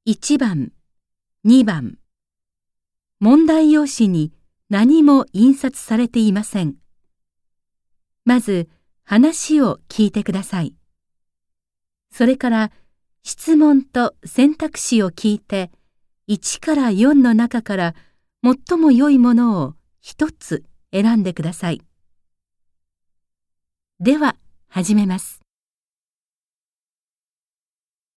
1番、2番。問題用紙に何も印刷されていません。まず話を聞いてください。それから質問と選択肢を聞いて1から4の中から最も良いものを1つ選んでください。では始めます。